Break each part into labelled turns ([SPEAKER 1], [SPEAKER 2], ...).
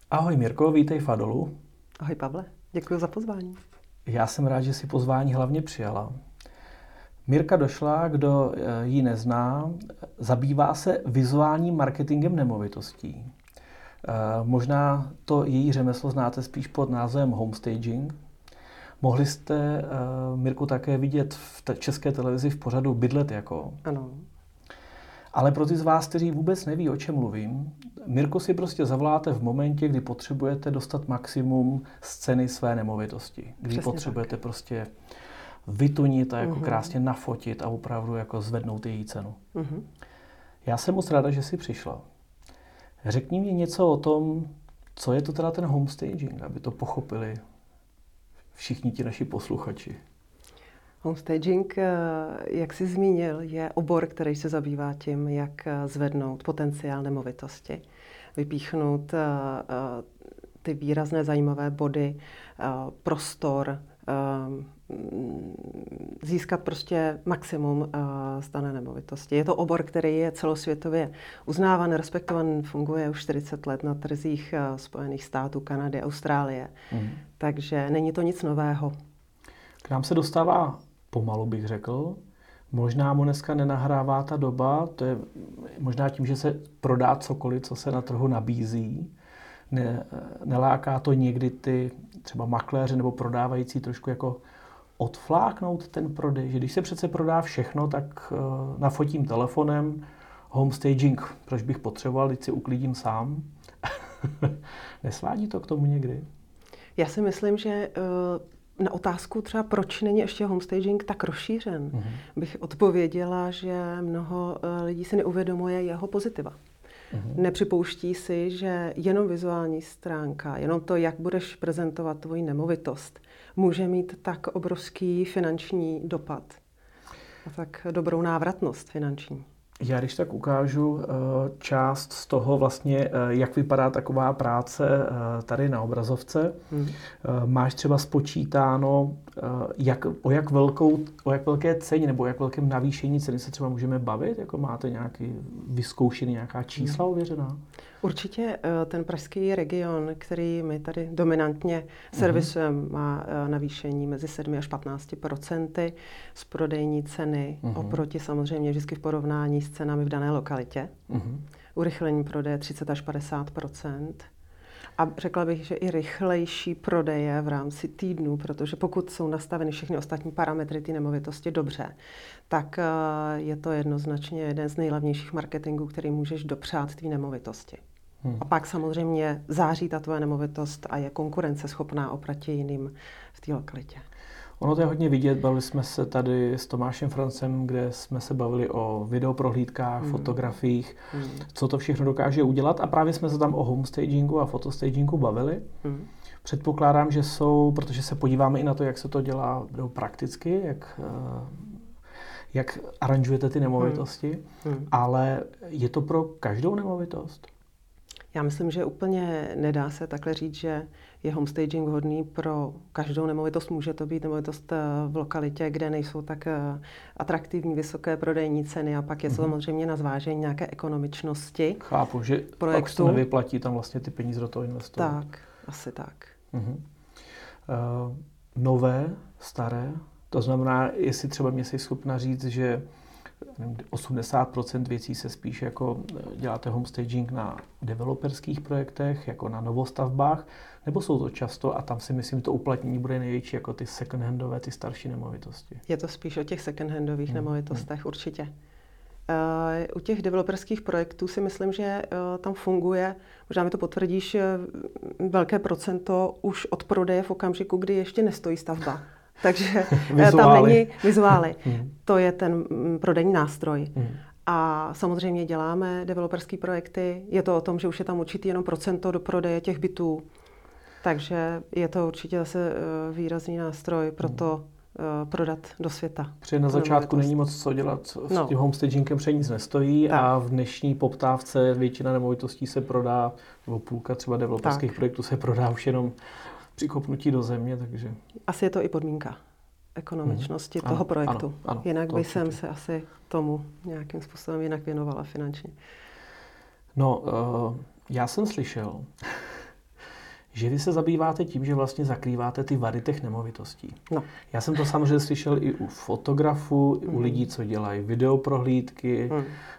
[SPEAKER 1] Ahoj Mirko, vítej v Adolu.
[SPEAKER 2] Ahoj Pavle, děkuji za pozvání.
[SPEAKER 1] Já jsem rád, že si pozvání hlavně přijala. Mirka Došlá, kdo ji nezná, zabývá se vizuálním marketingem nemovitostí. Možná to její řemeslo znáte spíš pod názvem homestaging. Mohli jste Mirku také vidět v české televizi v pořadu Bydlet jako.
[SPEAKER 2] Ano.
[SPEAKER 1] Ale pro ty z vás, kteří vůbec neví, o čem mluvím, Mirku si prostě zavoláte v momentě, kdy potřebujete dostat maximum z ceny své nemovitosti. Kdy
[SPEAKER 2] Přesně
[SPEAKER 1] potřebujete
[SPEAKER 2] tak.
[SPEAKER 1] prostě vytunit a jako krásně nafotit a opravdu jako zvednout její cenu. Já jsem moc ráda, že jsi přišla. Řekni mi něco o tom, co je to teda ten homestaging, aby to pochopili všichni ti naši posluchači.
[SPEAKER 2] Homestaging, jak jsi zmínil, je obor, který se zabývá tím, jak zvednout potenciál nemovitosti, vypíchnout ty výrazné zajímavé body, prostor, získat prostě maximum z dané nemovitosti. Je to obor, který je celosvětově uznávan, respektovan, funguje už 40 let na trzích Spojených států, Kanady, Austrálie. Takže není to nic nového.
[SPEAKER 1] K nám se dostává pomalu, bych řekl. Možná mu dneska nenahrává ta doba, to je možná tím, že se prodá cokoliv, co se na trhu nabízí. Neláká to někdy ty třeba makléře nebo prodávající trošku jako odfláknout ten prodej, že když se přece prodá všechno, tak nafotím telefonem, homestaging, proč bych potřeboval, když si uklidím sám. Nesvádí to k tomu někdy?
[SPEAKER 2] Já si myslím, že na otázku třeba, proč není ještě homestaging tak rozšířen, bych odpověděla, že mnoho lidí si neuvědomuje jeho pozitiva. Nepřipouští si, že jenom vizuální stránka, jenom to, jak budeš prezentovat tvoji nemovitost, může mít tak obrovský finanční dopad a tak dobrou návratnost finanční.
[SPEAKER 1] Já když tak ukážu část z toho vlastně, jak vypadá taková práce tady na obrazovce. Máš třeba spočítáno, o jak velké ceně nebo o jak velkém navýšení ceny se třeba můžeme bavit? Jako máte nějaký vyzkoušený, nějaká čísla ověřená?
[SPEAKER 2] Určitě ten pražský region, který my tady dominantně servisujeme, má navýšení mezi 7 až 15% z prodejní ceny oproti samozřejmě vždycky v porovnání s cenami v dané lokalitě. Urychlení prodeje 30 až 50%. A řekla bych, že i rychlejší prodeje v rámci týdnu, protože pokud jsou nastaveny všechny ostatní parametry té nemovitosti dobře, tak je to jednoznačně jeden z nejlevnějších marketingů, který můžeš dopřát té nemovitosti. A pak samozřejmě září ta tvoje nemovitost a je konkurenceschopná oproti jiným v té lokalitě.
[SPEAKER 1] Ono to je hodně vidět, bavili jsme se tady s Tomášem Francem, kde jsme se bavili o videoprohlídkách, fotografiích, co to všechno dokáže udělat a právě jsme se tam o homestagingu a fotostagingu bavili. Předpokládám, že jsou, protože se podíváme i na to, jak se to dělá prakticky, jak aranžujete ty nemovitosti, ale je to pro každou nemovitost?
[SPEAKER 2] Já myslím, že úplně nedá se takhle říct, že je homestaging vhodný pro každou nemovitost. Může to být nemovitost v lokalitě, kde nejsou tak atraktivní vysoké prodejní ceny a pak je to samozřejmě na zvážení nějaké ekonomičnosti.
[SPEAKER 1] Chápu, že
[SPEAKER 2] projektu.
[SPEAKER 1] Pak se to nevyplatí tam vlastně ty peníze do toho investovat.
[SPEAKER 2] Tak, asi tak.
[SPEAKER 1] Nové, staré, to znamená, jestli třeba mě jsi schopna říct, že 80% věcí se spíš jako děláte homestaging na developerských projektech, jako na novostavbách, nebo jsou to často, a tam si myslím, to uplatnění bude největší, jako ty second-handové, ty starší nemovitosti?
[SPEAKER 2] Je to spíš o těch second-handových nemovitostech, určitě. U těch developerských projektů si myslím, že tam funguje, možná mi to potvrdíš, velké procento už od prodeje v okamžiku, kdy ještě nestojí stavba. Takže tam není vizuály. To je ten prodejní nástroj. A samozřejmě děláme developerské projekty. Je to o tom, že už je tam určitý jenom procento do prodeje těch bytů. Takže je to určitě zase výrazný nástroj pro to prodat do světa.
[SPEAKER 1] Protože na začátku není moc co dělat s tím homestagingem, protože nic nestojí a v dnešní poptávce většina nemovitostí se prodá, nebo půlka třeba developerských projektů se prodá už jenom při kopnutí do země, takže...
[SPEAKER 2] Asi je to i podmínka ekonomičnosti toho projektu.
[SPEAKER 1] Ano,
[SPEAKER 2] jinak by jsem se asi tomu nějakým způsobem jinak věnovala finančně.
[SPEAKER 1] No, já jsem slyšel, že vy se zabýváte tím, že vlastně zakrýváte ty vady těch nemovitostí.
[SPEAKER 2] No.
[SPEAKER 1] Já jsem to samozřejmě slyšel i u fotografů, i u lidí, co dělají videoprohlídky,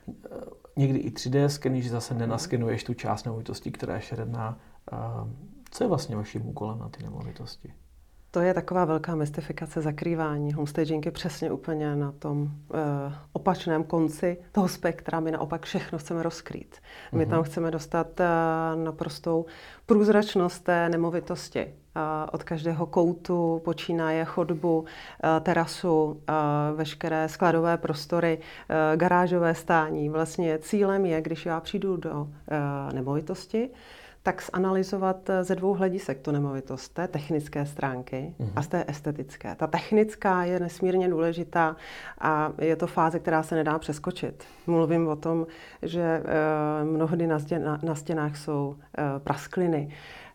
[SPEAKER 1] někdy i 3D skeny, že zase nenaskenuješ tu část nemovitostí, která je šeredná. Co je vlastně vaším úkolem na ty nemovitosti?
[SPEAKER 2] To je taková velká mystifikace zakrývání. Homestaging je přesně úplně na tom opačném konci toho spektra. My naopak všechno chceme rozkrýt. My tam chceme dostat naprostou průzračnost té nemovitosti. Od každého koutu počínaje chodbu, terasu, veškeré skladové prostory, garážové stání. Vlastně cílem je, když já přijdu do nemovitosti, tak zanalyzovat ze dvou hledisek tu nemovitost, té technické stránky a z té estetické. Ta technická je nesmírně důležitá a je to fáze, která se nedá přeskočit. Mluvím o tom, že mnohdy na stěnách jsou praskliny.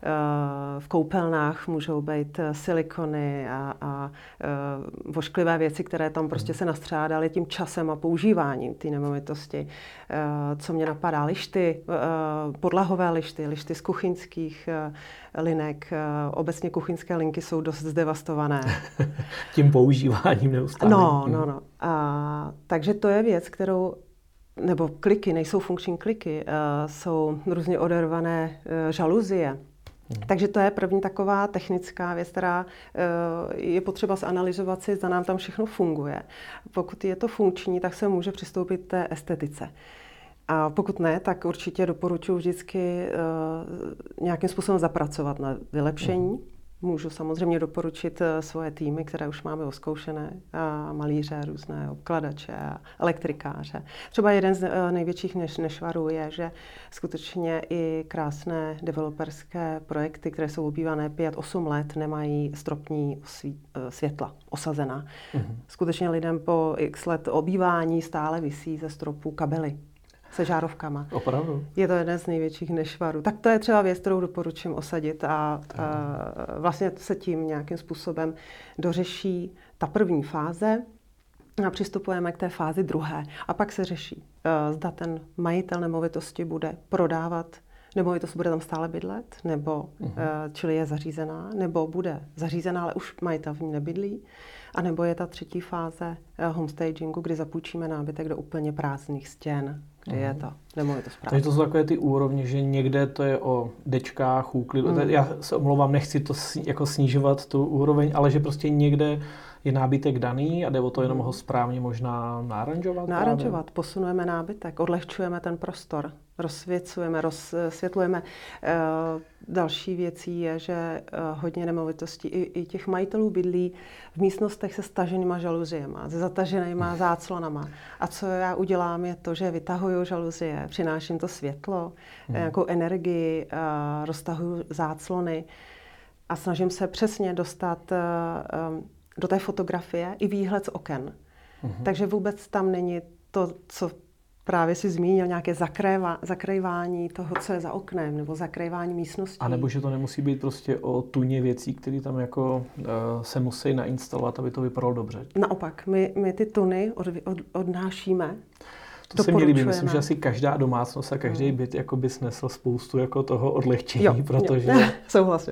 [SPEAKER 2] V koupelnách můžou být silikony a vošklivé věci, které tam prostě se nastřádaly tím časem a používáním té nemovitosti. Co mě napadá? Lišty, podlahové lišty z kuchyňských linek. Obecně kuchyňské linky jsou dost zdevastované.
[SPEAKER 1] Tím používáním neustále.
[SPEAKER 2] No. Takže to je věc, kterou nebo kliky, nejsou funkční kliky, jsou různě odervané žaluzie. Takže to je první taková technická věc, která je potřeba zanalyzovat si, zda nám tam všechno funguje. Pokud je to funkční, tak se může přistoupit k té estetice. A pokud ne, tak určitě doporučuji vždycky nějakým způsobem zapracovat na vylepšení. Můžu samozřejmě doporučit svoje týmy, které už máme oskoušené, malíře, různé obkladače, elektrikáře. Třeba jeden z největších nešvarů je, že skutečně i krásné developerské projekty, které jsou obývané 5-8 let, nemají stropní světla osazená. Skutečně lidem po x let obývání stále visí ze stropů kabely se žárovkama.
[SPEAKER 1] Opravdu?
[SPEAKER 2] Je to jeden z největších nešvarů. Tak to je třeba věc, kterou doporučím osadit a vlastně se tím nějakým způsobem dořeší ta první fáze a přistupujeme k té fázi druhé. A pak se řeší, zda ten majitel nemovitosti bude prodávat nemovitost, bude tam stále bydlet, nebo čili je zařízená, nebo bude zařízená, ale už majitel v ní nebydlí. A nebo je ta třetí fáze homestagingu, kdy zapůjčíme nábytek do úplně prázdných stěn, kde je ta nemovitost prázdná.
[SPEAKER 1] Takže to jsou takové ty úrovně, že někde to je o dečkách, úklidu. Já se omlouvám, nechci to jako snižovat tu úroveň, ale že prostě někde je nábytek daný a jde o to jenom ho správně možná naranžovat?
[SPEAKER 2] Naranžovat, posunujeme nábytek, odlehčujeme ten prostor, rozsvěcujeme, rozsvětlujeme. Další věcí je, že hodně nemovitostí i těch majitelů bydlí v místnostech se staženýma žaluziema, se zataženýma záclonama. A co já udělám je to, že vytahuju žaluzie, přináším to světlo, nějakou energii, roztahuju záclony a snažím se přesně dostat do té fotografie i výhled z oken. Takže vůbec tam není to, co právě si zmínil, nějaké zakrývání toho, co je za oknem, nebo zakrývání místností.
[SPEAKER 1] A nebo že to nemusí být prostě o tuně věcí, které tam jako se musí nainstalovat, aby to vypadalo dobře.
[SPEAKER 2] Naopak, my ty tuny odnášíme.
[SPEAKER 1] To se mi líbí, myslím, že asi každá domácnost a každý byt jako by snesl spoustu jako toho odlehčení, protože...
[SPEAKER 2] Souhlasím.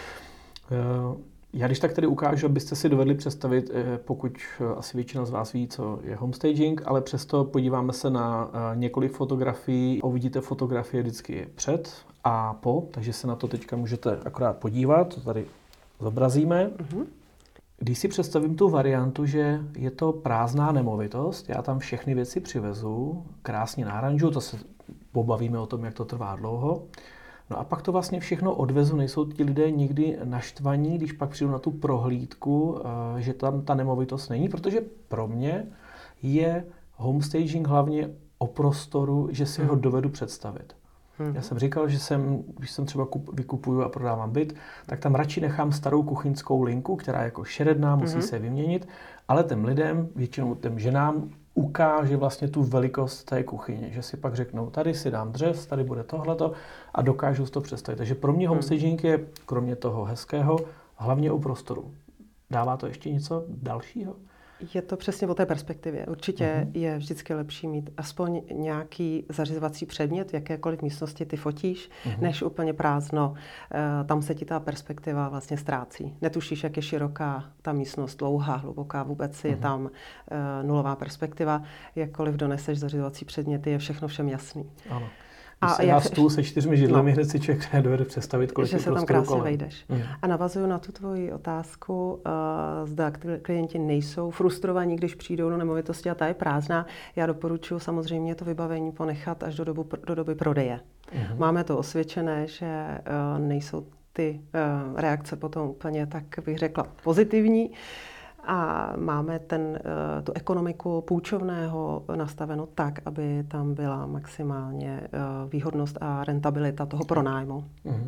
[SPEAKER 1] Já když tak tady ukážu, abyste si dovedli představit, pokud asi většina z vás ví, co je homestaging, ale přesto podíváme se na několik fotografií. Uvidíte fotografie vždycky před a po, takže se na to teďka můžete akorát podívat, to tady zobrazíme. Když si představím tu variantu, že je to prázdná nemovitost, já tam všechny věci přivezu, krásně naranžu, to se pobavíme o tom, jak to trvá dlouho. No a pak to vlastně všechno odvezu, nejsou ti lidé nikdy naštvaní, když pak přijdu na tu prohlídku, že tam ta nemovitost není, protože pro mě je homestaging hlavně o prostoru, že si ho dovedu představit. Já jsem říkal, že když jsem třeba vykupuju a prodávám byt, tak tam radši nechám starou kuchyňskou linku, která je jako šeredná, musí se vyměnit, ale těm lidem, většinou těm ženám, ukáže vlastně tu velikost té kuchyně, že si pak řeknou, tady si dám dřez, tady bude tohleto a dokážu si to představit. Takže pro mě homestaging je, kromě toho hezkého, hlavně o prostoru. Dává to ještě něco dalšího?
[SPEAKER 2] Je to přesně o té perspektivě. Určitě je vždycky lepší mít aspoň nějaký zařizovací předmět v jakékoliv místnosti ty fotíš, než úplně prázdno. Tam se ti ta perspektiva vlastně ztrácí. Netušíš, jak je široká ta místnost, dlouhá, hluboká, vůbec je tam nulová perspektiva. Jakkoliv doneseš zařizovací předměty, je všechno všem jasný.
[SPEAKER 1] Ano. Když se dá stůl se 4 židlemi, hned si člověk nedovede představit, kolik
[SPEAKER 2] že se tam krásně kolem vejdeš.
[SPEAKER 1] Mm.
[SPEAKER 2] A navazuju na tu tvoji otázku, zda klienti nejsou frustrovaní, když přijdou do nemovitosti a ta je prázdná. Já doporučuji samozřejmě to vybavení ponechat až do doby prodeje. Máme to osvědčené, že nejsou ty reakce potom úplně, tak bych řekla, pozitivní. A máme tu ekonomiku půjčovného nastaveno tak, aby tam byla maximálně výhodnost a rentabilita toho pronájmu.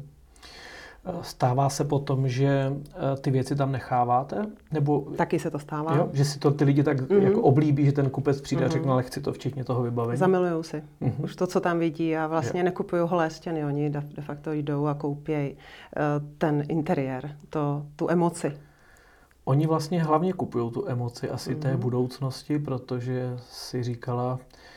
[SPEAKER 1] Stává se potom, že ty věci tam necháváte? Nebo
[SPEAKER 2] taky se to stává.
[SPEAKER 1] Jo, že si to ty lidi tak jako oblíbí, že ten kupec přijde a řekne, ale chci to včetně toho vybavení?
[SPEAKER 2] Zamilujou si. Už to, co tam vidí a vlastně nekupují holé stěny. Oni de facto jdou a koupějí ten interiér, tu emoci.
[SPEAKER 1] Oni vlastně hlavně kupují tu emoci asi té budoucnosti, protože si říkala,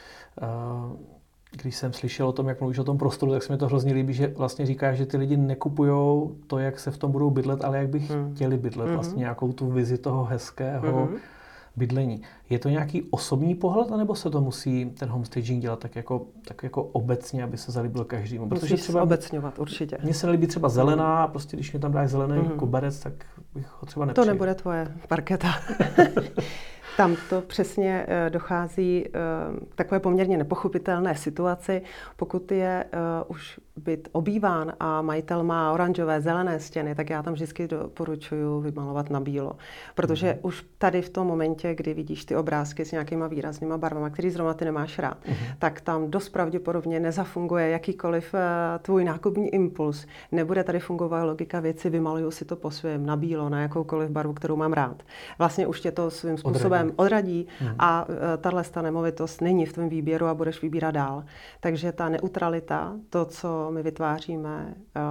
[SPEAKER 1] když jsem slyšel o tom, jak mluvíš o tom prostoru, tak se mi to hrozně líbí, že vlastně říkáš, že ty lidi nekupujou to, jak se v tom budou bydlet, ale jak by chtěli bydlet. Vlastně nějakou tu vizi toho hezkého bydlení. Je to nějaký osobní pohled, anebo se to musí ten homestaging dělat tak jako obecně, aby se zalíbil každému?
[SPEAKER 2] Protože třeba obecňovat, určitě.
[SPEAKER 1] Mně se nelíbí třeba zelená, a prostě když mi tam dáš zelený koberec, tak bych ho třeba nepřijel.
[SPEAKER 2] To nebude tvoje parketa. Tam to přesně dochází k takové poměrně nepochopitelné situaci. Pokud je už byt obýván a majitel má oranžové, zelené stěny, tak já tam vždycky doporučuji vymalovat na bílo. Protože už tady v tom momentě, kdy vidíš ty obrázky s nějakýma výraznýma barvama, který zrovna ty nemáš rád, tak tam dost pravděpodobně nezafunguje jakýkoliv tvůj nákupní impuls. Nebude tady fungovat logika věci, vymaluju si to po svém na bílo, na jakoukoliv barvu, kterou mám rád. Vlastně už tě to svým způsobem odradí a tato nemovitost není v tvém výběru a budeš vybírat dál. Takže ta neutralita, to, co my vytváříme,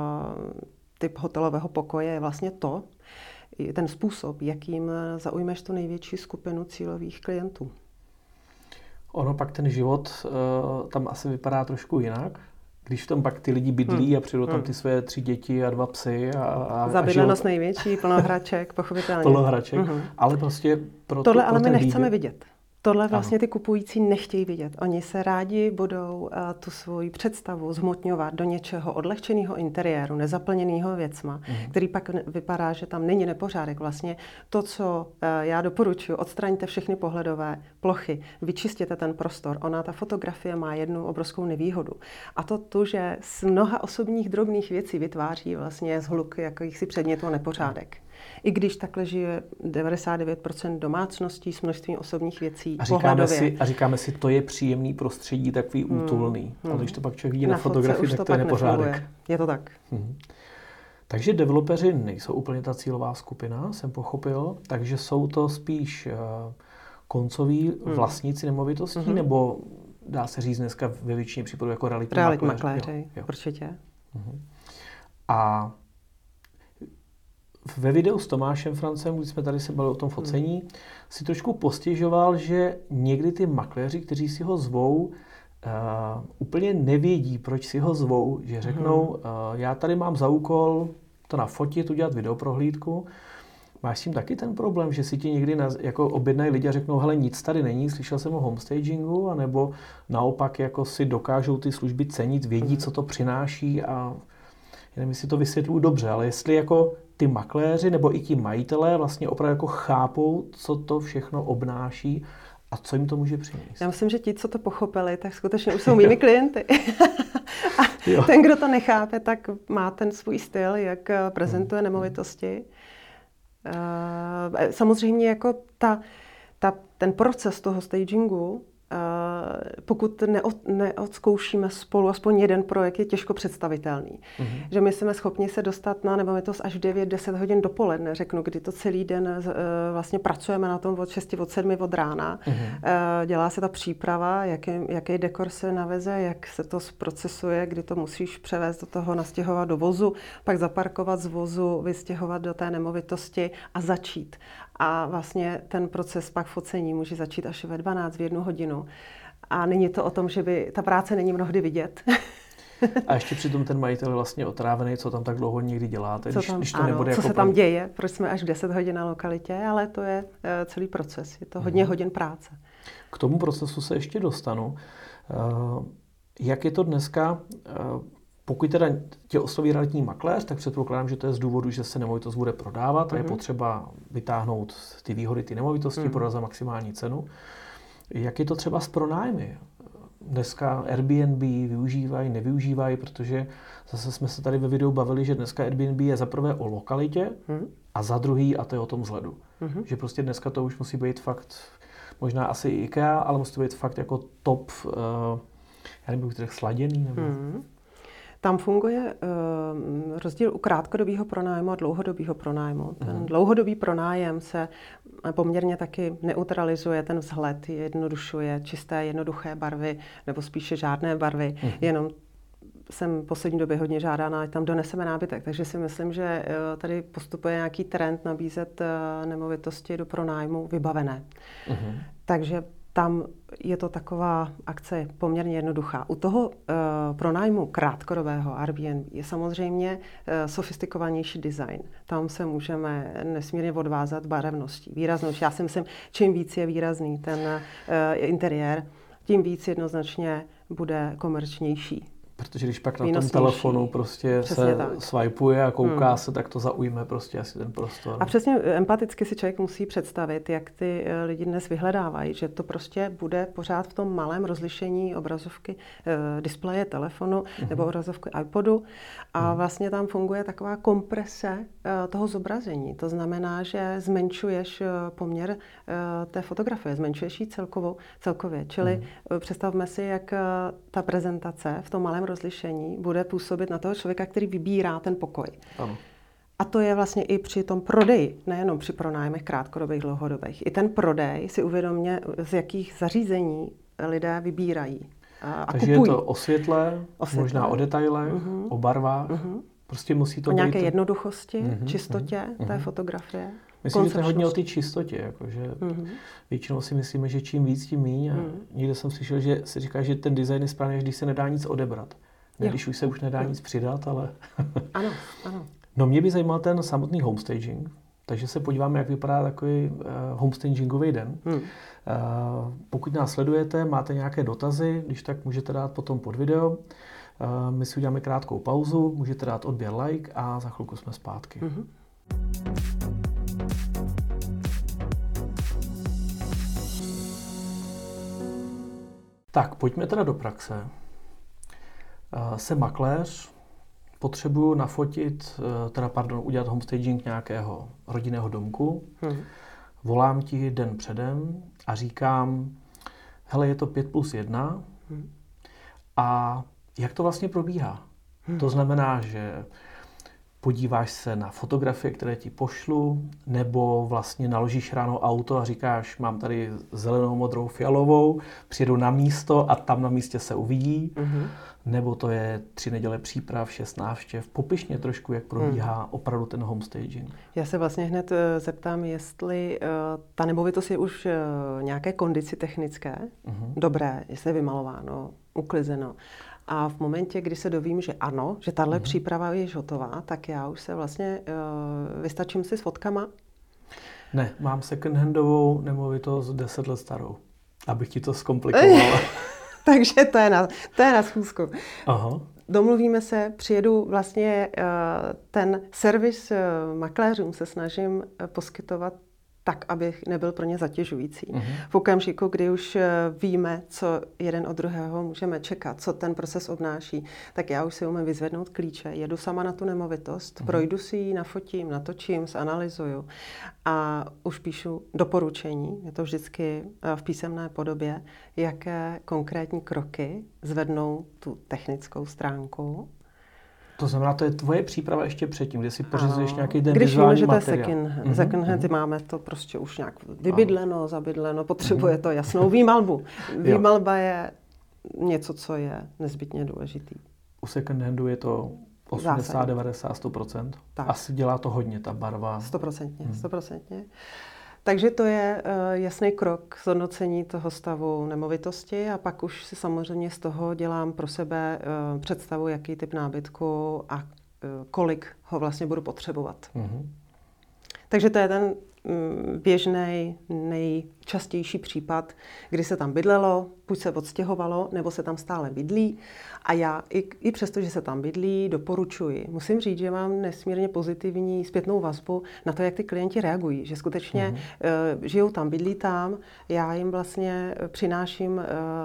[SPEAKER 2] typ hotelového pokoje, je vlastně ten způsob, jakým zaujmeš tu největší skupinu cílových klientů.
[SPEAKER 1] Ono pak ten život tam asi vypadá trošku jinak. Když v tom pak ty lidi bydlí a přijdou tam ty své 3 děti a 2 psy
[SPEAKER 2] zabydlenost největší, plno hraček, pochopitelně.
[SPEAKER 1] Plno hraček, ale prostě
[SPEAKER 2] tohle ale my nechceme vidět. Tohle vlastně ty kupující nechtějí vidět. Oni se rádi budou tu svoji představu zhmotňovat do něčeho odlehčeného interiéru, nezaplněného věcma, který pak vypadá, že tam není nepořádek. Vlastně to, co já doporučuji, odstraňte všechny pohledové plochy, vyčistěte ten prostor. Ta fotografie má jednu obrovskou nevýhodu. A to, že z mnoha osobních drobných věcí vytváří vlastně zhluk jakýchsi předmětů nepořádek. I když takhle žije 99% domácností s množstvím osobních věcí.
[SPEAKER 1] A říkáme si, to je příjemný prostředí, takový útulný. Ale když to pak člověk vidí na fotografii, tak to je nepořádek.
[SPEAKER 2] Nefunguje. Je to tak.
[SPEAKER 1] Takže developeři nejsou úplně ta cílová skupina, jsem pochopil. Takže jsou to spíš koncoví vlastníci nemovitostí, nebo dá se říct dneska ve většině případů jako realitní
[SPEAKER 2] makléři. Určitě.
[SPEAKER 1] A ve videu s Tomášem Francem, když jsme tady se bavili o tom focení, si trošku postěžoval, že někdy ty makléři, kteří si ho zvou, úplně nevědí, proč si ho zvou, že řeknou, já tady mám za úkol to nafotit, udělat videoprohlídku. Máš s tím taky ten problém, že si ti někdy jako objednají lidi a řeknou, hele, nic tady není, slyšel jsem o homestagingu, anebo naopak jako si dokážou ty služby cenit, vědí, co to přináší a nevím, jestli to vysvětluji dobře, ale jestli jako ty makléři nebo i ti majitelé vlastně opravdu jako chápou, co to všechno obnáší a co jim to může přinést.
[SPEAKER 2] Já myslím, že ti, co to pochopili, tak skutečně už jsou mými klienty. A ten, kdo to nechápe, tak má ten svůj styl, jak prezentuje nemovitosti. Samozřejmě jako ten proces toho stagingu pokud neodzkoušíme spolu aspoň jeden projekt, je těžko představitelný. Že my jsme schopni se dostat na nemovitost až v 9-10 hodin dopoledne, řeknu, kdy to celý den vlastně pracujeme na tom od 6, od 7 od rána. Dělá se ta příprava, jaký dekor se naveze, jak se to zprocesuje, kdy to musíš převést do toho, nastěhovat do vozu, pak zaparkovat z vozu, vystěhovat do té nemovitosti a začít. A vlastně ten proces pak focení může začít až ve 12, v 1 hodinu. A není to o tom, že by ta práce není mnohdy vidět.
[SPEAKER 1] A ještě přitom ten majitel je vlastně otrávený, co tam tak dlouho někdy děláte, když to nebude
[SPEAKER 2] co
[SPEAKER 1] jako
[SPEAKER 2] se tam děje, proč jsme až v 10 hodin na lokalitě, ale to je celý proces. Je to hodně hodin práce.
[SPEAKER 1] K tomu procesu se ještě dostanu. Jak je to dneska, pokud teda tě osloví realitní makléř, tak předpokládám, že to je z důvodu, že se nemovitost bude prodávat a je potřeba vytáhnout ty výhody ty nemovitosti, prodat za maximální cenu. Jak je to třeba s pronájmy? Dneska Airbnb využívají, nevyužívají, protože zase jsme se tady ve videu bavili, že dneska Airbnb je za prvé o lokalitě a za druhý, a to je o tom vzhledu. Že prostě dneska to už musí být fakt, možná asi i IKEA, ale musí to být fakt jako top, já nevím, bych to řekl sladěný, nebo...
[SPEAKER 2] Tam funguje rozdíl u krátkodobého pronájmu a dlouhodobého pronájmu. Ten dlouhodobý pronájem se poměrně taky neutralizuje, ten vzhled jednodušuje, čisté, jednoduché barvy, nebo spíše žádné barvy, jenom jsem v poslední době hodně žádána, ať tam doneseme nábytek. Takže si myslím, že tady postupuje nějaký trend nabízet nemovitosti do pronájmu vybavené. Takže tam je to taková akce poměrně jednoduchá. U toho pronájmu krátkodobého Airbnb je samozřejmě sofistikovanější design. Tam se můžeme nesmírně odvázat barevností, výraznost. Já si myslím, čím víc je výrazný ten interiér, tím víc jednoznačně bude komerčnější.
[SPEAKER 1] Protože když pak na tom telefonu prostě se swipeuje a kouká se, tak to zaujme prostě asi ten prostor.
[SPEAKER 2] A přesně empaticky si člověk musí představit, jak ty lidi dnes vyhledávají, že to prostě bude pořád v tom malém rozlišení obrazovky displeje telefonu nebo obrazovky iPodu a vlastně tam funguje taková komprese toho zobrazení. To znamená, že zmenšuješ poměr té fotografie, zmenšuješ ji celkově. Čili představme si, jak ta prezentace v tom malém rozlišení bude působit na toho člověka, který vybírá ten pokoj.
[SPEAKER 1] Ano.
[SPEAKER 2] A to je vlastně i při tom prodeji, nejenom při pronájmech krátkodobých, dlouhodobých. I ten prodej si uvědomně, z jakých zařízení lidé vybírají a
[SPEAKER 1] takže
[SPEAKER 2] kupují.
[SPEAKER 1] Je to o světle, možná o detailech, o barvách. Prostě musí to
[SPEAKER 2] o
[SPEAKER 1] být...
[SPEAKER 2] nějaké jednoduchosti, čistotě té fotografie.
[SPEAKER 1] Myslím, že to je hodně o té čistotě. Jakože většinou si myslíme, že čím víc, tím míň. A někde jsem slyšel, že se říká, že ten design je správný, když se nedá nic odebrat. Ne, když už se nedá nic přidat, ale...
[SPEAKER 2] Ano.
[SPEAKER 1] No mě by zajímal ten samotný homestaging. Takže se podíváme, jak vypadá takový homestagingový den. Pokud nás sledujete, máte nějaké dotazy, když tak můžete dát potom pod video. My si uděláme krátkou pauzu, můžete dát odběr, like a za chvilku jsme zpátky. Tak, pojďme teda do praxe. Jsem makléř, potřebuju nafotit, udělat homestaging nějakého rodinného domku. Volám ti den předem a říkám, hele, je to 5+1 a jak to vlastně probíhá? To znamená, že podíváš se na fotografie, které ti pošlu, nebo vlastně naložíš ráno auto a říkáš, mám tady zelenou, modrou, fialovou, přijedu na místo a tam na místě se uvidí, nebo to je 3 neděle příprav, 6 návštěv. Popiš mě trošku, jak probíhá opravdu ten homestaging.
[SPEAKER 2] Já se vlastně hned zeptám, jestli ta nemovitost je už nějaké kondici technické, dobré, jestli je vymalováno, uklizeno. A v momentě, kdy se dovím, že ano, že tahle příprava je již hotová, tak já už se vlastně vystačím si s fotkama.
[SPEAKER 1] Ne, mám second-handovou nemovitost 10 let starou, abych ti to zkomplikovala.
[SPEAKER 2] Takže to je na schůzku.
[SPEAKER 1] Aha.
[SPEAKER 2] Domluvíme se, přijedu vlastně ten servis makléřům se snažím poskytovat tak, aby nebyl pro ně zatěžující. V okamžiku, kdy už víme, co jeden od druhého můžeme čekat, co ten proces obnáší, tak já už si umím vyzvednout klíče, jedu sama na tu nemovitost, projdu si ji, nafotím, natočím, zanalyzuju a už píšu doporučení, je to vždycky v písemné podobě, jaké konkrétní kroky zvednou tu technickou stránku.
[SPEAKER 1] To znamená, to je tvoje příprava ještě předtím, kde si pořizuješ nějaký den vizuální materiál.
[SPEAKER 2] Když víme, že to je second hand, máme to prostě už nějak vybydleno, zabydleno, potřebuje to jasnou výmalbu. Výmalba je něco, co je nezbytně důležitý.
[SPEAKER 1] U second handu je to 80, 90, 100%. Tak. Asi dělá to hodně, ta barva.
[SPEAKER 2] 100%. Takže to je jasný krok k zhodnocení toho stavu nemovitosti a pak už si samozřejmě z toho dělám pro sebe představu, jaký typ nábytku a kolik ho vlastně budu potřebovat. Takže to je ten běžný, nejčastější případ, kdy se tam bydlelo, buď se odstěhovalo, nebo se tam stále bydlí. A já i přesto, že se tam bydlí, doporučuji. Musím říct, že mám nesmírně pozitivní zpětnou vazbu na to, jak ty klienti reagují. Že skutečně žijou tam, bydlí tam. Já jim vlastně přináším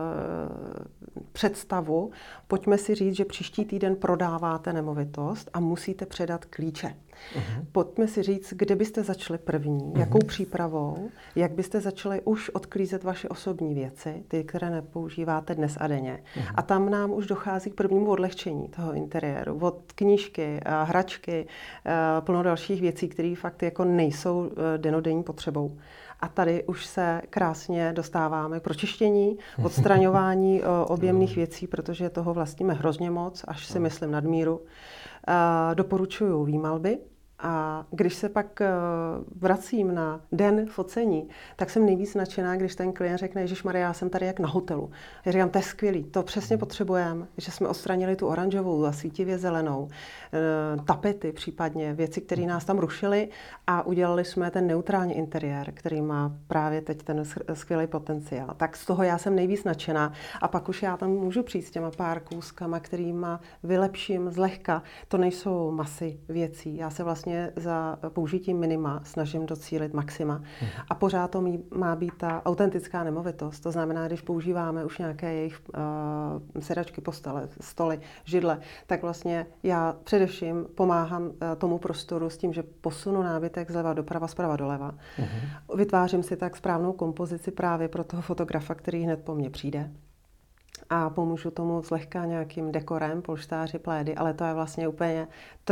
[SPEAKER 2] představu. Pojďme si říct, že příští týden prodáváte nemovitost a musíte předat klíče. Pojďme si říct, kde byste začali první, jakou přípravou, jak byste začali už odklízet vaše osobní věci, ty, které nepoužíváte dnes a denně. A tam nám už dochází k prvnímu odlehčení toho interiéru. Od knížky, hračky, plno dalších věcí, které fakt jako nejsou denodenní potřebou. A tady už se krásně dostáváme k pročištění, odstraňování objemných věcí, protože toho vlastníme hrozně moc, až si myslím nadmíru. Doporučuju výmalby. A když se pak vracím na den focení, tak jsem nejvíc nadšená, když ten klient řekne, Ježišmarja, já jsem tady jak na hotelu. Já říkám, to je skvělý, to přesně potřebujeme, že jsme odstranili tu oranžovou a svítivě zelenou, tapety případně, věci, které nás tam rušily a udělali jsme ten neutrální interiér, který má právě teď ten skvělý potenciál. Tak z toho já jsem nejvíc nadšená a pak už já tam můžu přijít s těma pár kouskama, kterýma vylepším zlehka. To nejsou masy věcí. Já se vlastně za použitím minima snažím docílit maxima. A pořád to má být ta autentická nemovitost. To znamená, když používáme už nějaké jejich sedačky, postele, stoly, židle, tak vlastně já především pomáhám tomu prostoru s tím, že posunu nábytek zleva doprava, zprava doleva. Vytvářím si tak správnou kompozici právě pro toho fotografa, který hned po mně přijde. A pomůžu tomu zlehka nějakým dekorem, polštáři, plédy, ale to je vlastně úplně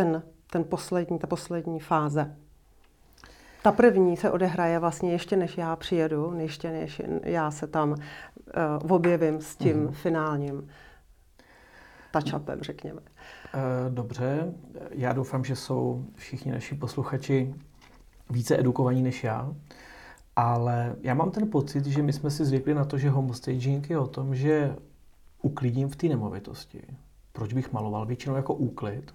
[SPEAKER 2] ta poslední fáze. Ta první se odehraje vlastně ještě než já přijedu, ještě než já se tam objevím s tím finálním touch-upem, řekněme.
[SPEAKER 1] Dobře, já doufám, že jsou všichni naši posluchači více edukovaní než já, ale já mám ten pocit, že my jsme si zvykli na to, že homestaging je o tom, že uklidím v té nemovitosti. Proč bych maloval? Většinou jako úklid.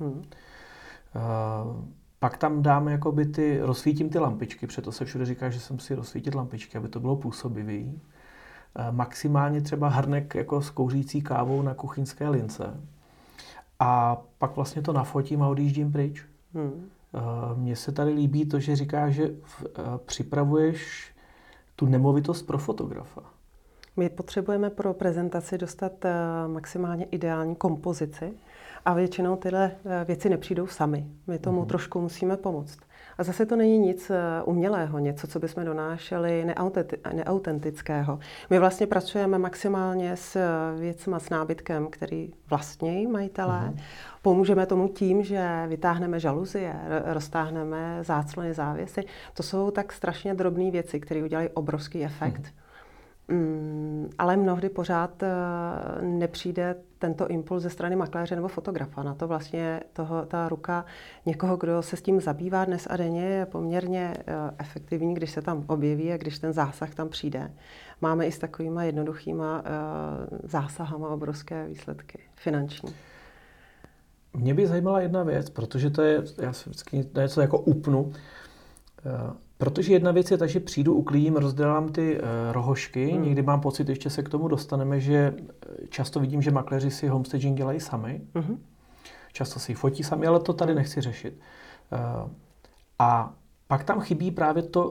[SPEAKER 1] Pak tam dáme rozsvítím ty lampičky, proto se všude říká, že jsem si rozsvítit lampičky, aby to bylo působivý. Maximálně třeba hrnek jako s kouřící kávou na kuchyňské lince. A pak vlastně to nafotím a odjíždím pryč. Mně se tady líbí to, že říkáš, že připravuješ tu nemovitost pro fotografa.
[SPEAKER 2] My potřebujeme pro prezentaci dostat maximálně ideální kompozici a většinou tyhle věci nepřijdou sami. My tomu trošku musíme pomoct. A zase to není nic umělého, něco, co bychom donášeli neautentického. My vlastně pracujeme maximálně s věcma, s nábytkem, který vlastní majitelé. Pomůžeme tomu tím, že vytáhneme žaluzie, roztáhneme záclony, závěsy. To jsou tak strašně drobné věci, které udělají obrovský efekt. Ale mnohdy pořád nepřijde tento impuls ze strany makléře nebo fotografa. Na to vlastně ta ruka někoho, kdo se s tím zabývá dnes a denně, je poměrně efektivní, když se tam objeví a když ten zásah tam přijde. Máme i s takovýma jednoduchýma zásahama obrovské výsledky finanční.
[SPEAKER 1] Mě by zajímala jedna věc, protože to je, já se vždycky něco jako upnu, protože jedna věc je ta, že přijdu, uklidím, rozdělám ty rohošky. Někdy mám pocit, ještě se k tomu dostaneme, že často vidím, že makléři si homestaging dělají sami. Často si fotí sami, ale to tady nechci řešit. A pak tam chybí právě to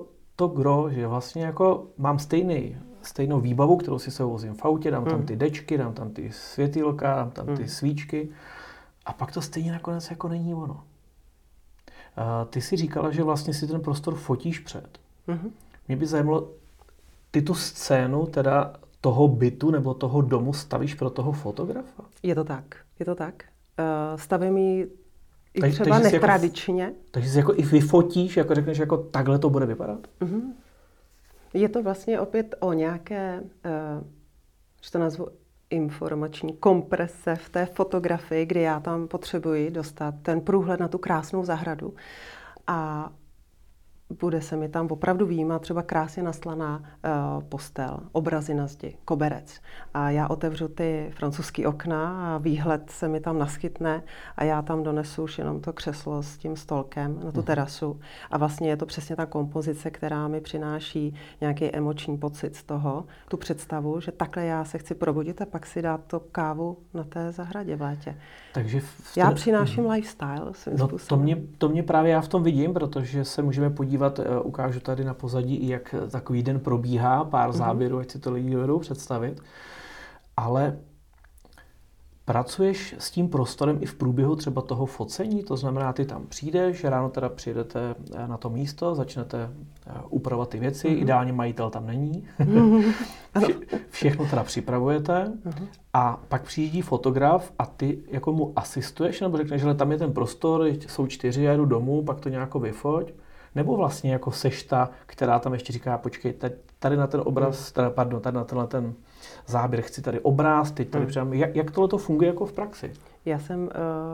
[SPEAKER 1] to gro, že vlastně jako mám stejnou výbavu, kterou si se vozím v autě, dám tam ty dečky, dám tam ty světýlka, dám tam ty svíčky a pak to stejně nakonec jako není ono. Ty si říkala, že vlastně si ten prostor fotíš před. Mě by zajímalo, ty tu scénu teda toho bytu nebo toho domu stavíš pro toho fotografa?
[SPEAKER 2] Je to tak. Stavím ji i třeba netradičně.
[SPEAKER 1] Takže si jako i vyfotíš, jako řekneš, jako takhle to bude vypadat?
[SPEAKER 2] Je to vlastně opět o nějaké, že to nazvu informační komprese v té fotografii, kdy já tam potřebuji dostat ten průhled na tu krásnou zahradu a bude se mi tam opravdu výjímat třeba krásně nastlaná postel, obrazy na zdi, koberec. A já otevřu ty francouzský okna a výhled se mi tam naskytne a já tam donesu už jenom to křeslo s tím stolkem na tu terasu. A vlastně je to přesně ta kompozice, která mi přináší nějaký emoční pocit z toho, tu představu, že takhle já se chci probudit a pak si dát to kávu na té zahradě v létě.
[SPEAKER 1] Takže
[SPEAKER 2] já přináším lifestyle svým způsobem.
[SPEAKER 1] To mě právě já v tom vidím, protože se můžeme podívat, ukážu tady na pozadí, jak takový den probíhá, pár záběrů, ať si to lidi dovedou představit. Ale pracuješ s tím prostorem i v průběhu třeba toho focení? To znamená, ty tam přijdeš, ráno teda přijedete na to místo, začnete upravovat ty věci, ideálně majitel tam není. Všechno teda připravujete a pak přijde fotograf a ty jako mu asistuješ, nebo řekneš, že tam je ten prostor, jsou 4, já jdu domů, pak to nějak vyfoť. Nebo vlastně jako seš ta, která tam ještě říká, počkej, tady na ten obraz, tady na tenhle ten záběr, chci tady obraz, teď tady přijám. Jak tohle to funguje jako v praxi?
[SPEAKER 2] Já jsem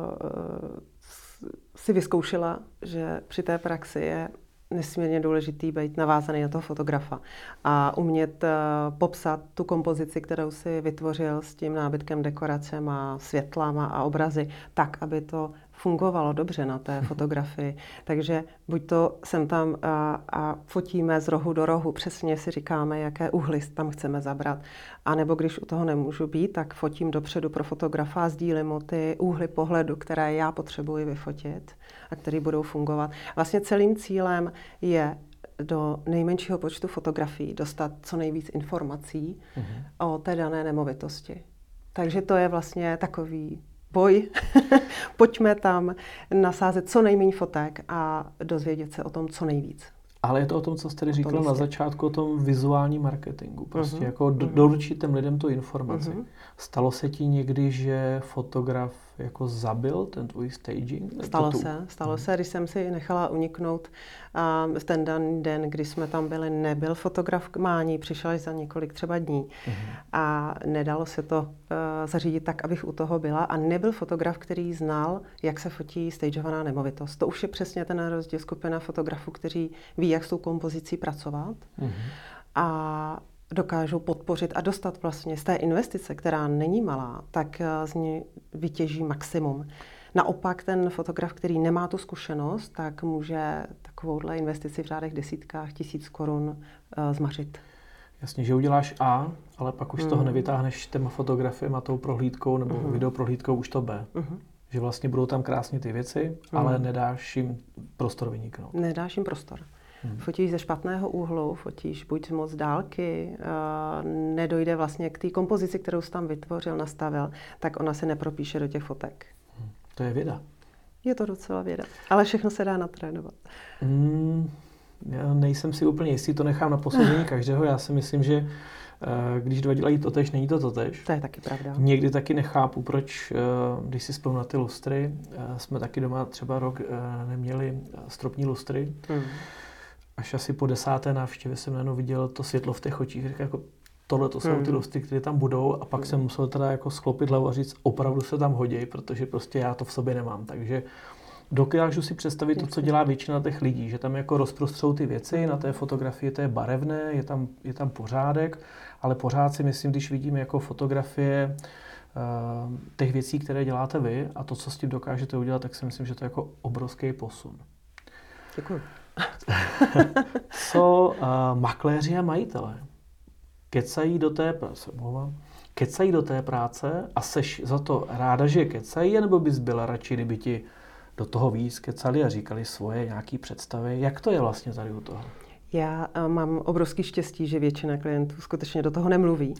[SPEAKER 2] si vyzkoušela, že při té praxi je nesmírně důležitý být navázaný na toho fotografa a umět popsat tu kompozici, kterou si vytvořil s tím nábytkem, dekoracem a světlama a obrazy, tak, aby to fungovalo dobře na té fotografii. Takže buď to jsem tam a fotíme z rohu do rohu, přesně si říkáme, jaké úhly tam chceme zabrat. A nebo když u toho nemůžu být, tak fotím dopředu pro fotografa a sdílím mu ty úhly pohledu, které já potřebuji vyfotit a které budou fungovat. Vlastně celým cílem je do nejmenšího počtu fotografií dostat co nejvíc informací o té dané nemovitosti. Takže to je vlastně takový boj. Pojďme tam nasázet co nejméně fotek a dozvědět se o tom co nejvíc.
[SPEAKER 1] Ale je to o tom, co jste tady říkal na začátku, o tom vizuálním marketingu. Prostě jako doručit těm lidem tu informaci. Stalo se ti někdy, že fotograf jako zabil ten tvůj staging?
[SPEAKER 2] Stalo se, když jsem si nechala uniknout v ten daný den, kdy jsme tam byli, nebyl fotograf k mání, přišel až za několik třeba dní a nedalo se to zařídit tak, abych u toho byla a nebyl fotograf, který znal, jak se fotí stageovaná nemovitost. To už je přesně ten rozdíl, skupina fotografů, kteří ví, jak s tou kompozicí pracovat a dokážou podpořit a dostat vlastně z té investice, která není malá, tak z ní vytěží maximum. Naopak ten fotograf, který nemá tu zkušenost, tak může takovouhle investici v řádech desítkách tisíc korun zmařit.
[SPEAKER 1] Jasně, že uděláš A, ale pak už z toho nevytáhneš těma fotografiem a tou prohlídkou nebo videoprohlídkou už to B. Že vlastně budou tam krásně ty věci, ale nedáš jim prostor vyniknout.
[SPEAKER 2] Nedáš jim prostor. Fotíš ze špatného úhlu, fotíš buď moc dálky, nedojde vlastně k té kompozici, kterou jsi tam vytvořil, nastavil, tak ona se nepropíše do těch fotek.
[SPEAKER 1] To je věda.
[SPEAKER 2] Je to docela věda, ale všechno se dá natrénovat.
[SPEAKER 1] Já nejsem si úplně jistý, to nechám na posouzení každého. Já si myslím, že když dva dělají totéž, není to totéž.
[SPEAKER 2] To je taky pravda.
[SPEAKER 1] Někdy taky nechápu, proč, když si vzpomínám na ty lustry, jsme taky doma třeba rok neměli stropní lustry. Až asi po 10. návštěvě jsem najednou viděl to světlo v těch očích. Říkal, jako, tohle to jsou ty lustry, které tam budou a pak jsem musel teda jako sklopit hlavu a říct, opravdu se tam hodí, protože prostě já to v sobě nemám. Takže dokážu si představit to, co dělá většina těch lidí, že tam jako rozprostřou ty věci, na té fotografii to je barevné, je tam pořádek, ale pořád si myslím, když vidím jako fotografie těch věcí, které děláte vy a to, co s tím dokážete udělat, tak si myslím, že to je jako obrovský posun.
[SPEAKER 2] Děkuji.
[SPEAKER 1] Co makléři a majitelé? Kecají do té práce a seš za to ráda, že kecají, nebo bys byla radši, kdyby ti do toho víc kecali a říkali svoje nějaké představy? Jak to je vlastně tady u toho?
[SPEAKER 2] Já mám obrovský štěstí, že většina klientů skutečně do toho nemluví.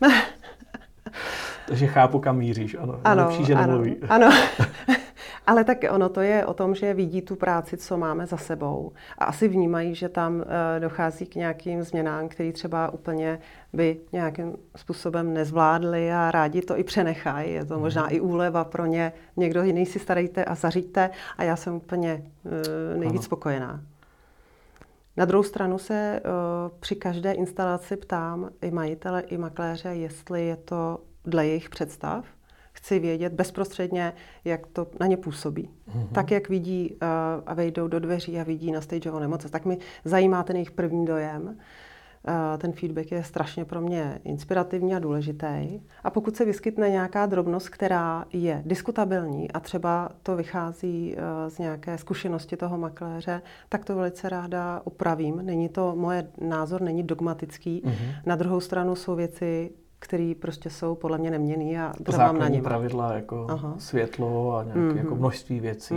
[SPEAKER 1] Takže chápu, kam míříš, ano. Ano, lepší, že nemluví.
[SPEAKER 2] Ano. Ale tak ono to je o tom, že vidí tu práci, co máme za sebou. A asi vnímají, že tam dochází k nějakým změnám, které třeba úplně by nějakým způsobem nezvládli a rádi to i přenechají. Je to možná i úleva pro ně. Někdo jiný si starejte a zaříďte a já jsem úplně nejvíc spokojená. Na druhou stranu se při každé instalaci ptám i majitele, i makléře, jestli je to dle jejich představ. Chci vědět bezprostředně, jak to na ně působí. Tak, jak vidí a vejdou do dveří a vidí na stageovou nemoc, tak mi zajímá ten jejich první dojem. Ten feedback je strašně pro mě inspirativní a důležitý. A pokud se vyskytne nějaká drobnost, která je diskutabilní a třeba to vychází z nějaké zkušenosti toho makléře, tak to velice ráda opravím. Není to, moje názor není dogmatický. Na druhou stranu jsou věci, které prostě jsou podle mě neměnný a trvám na něm.
[SPEAKER 1] Pravidla jako světlo a nějaké jako množství věcí.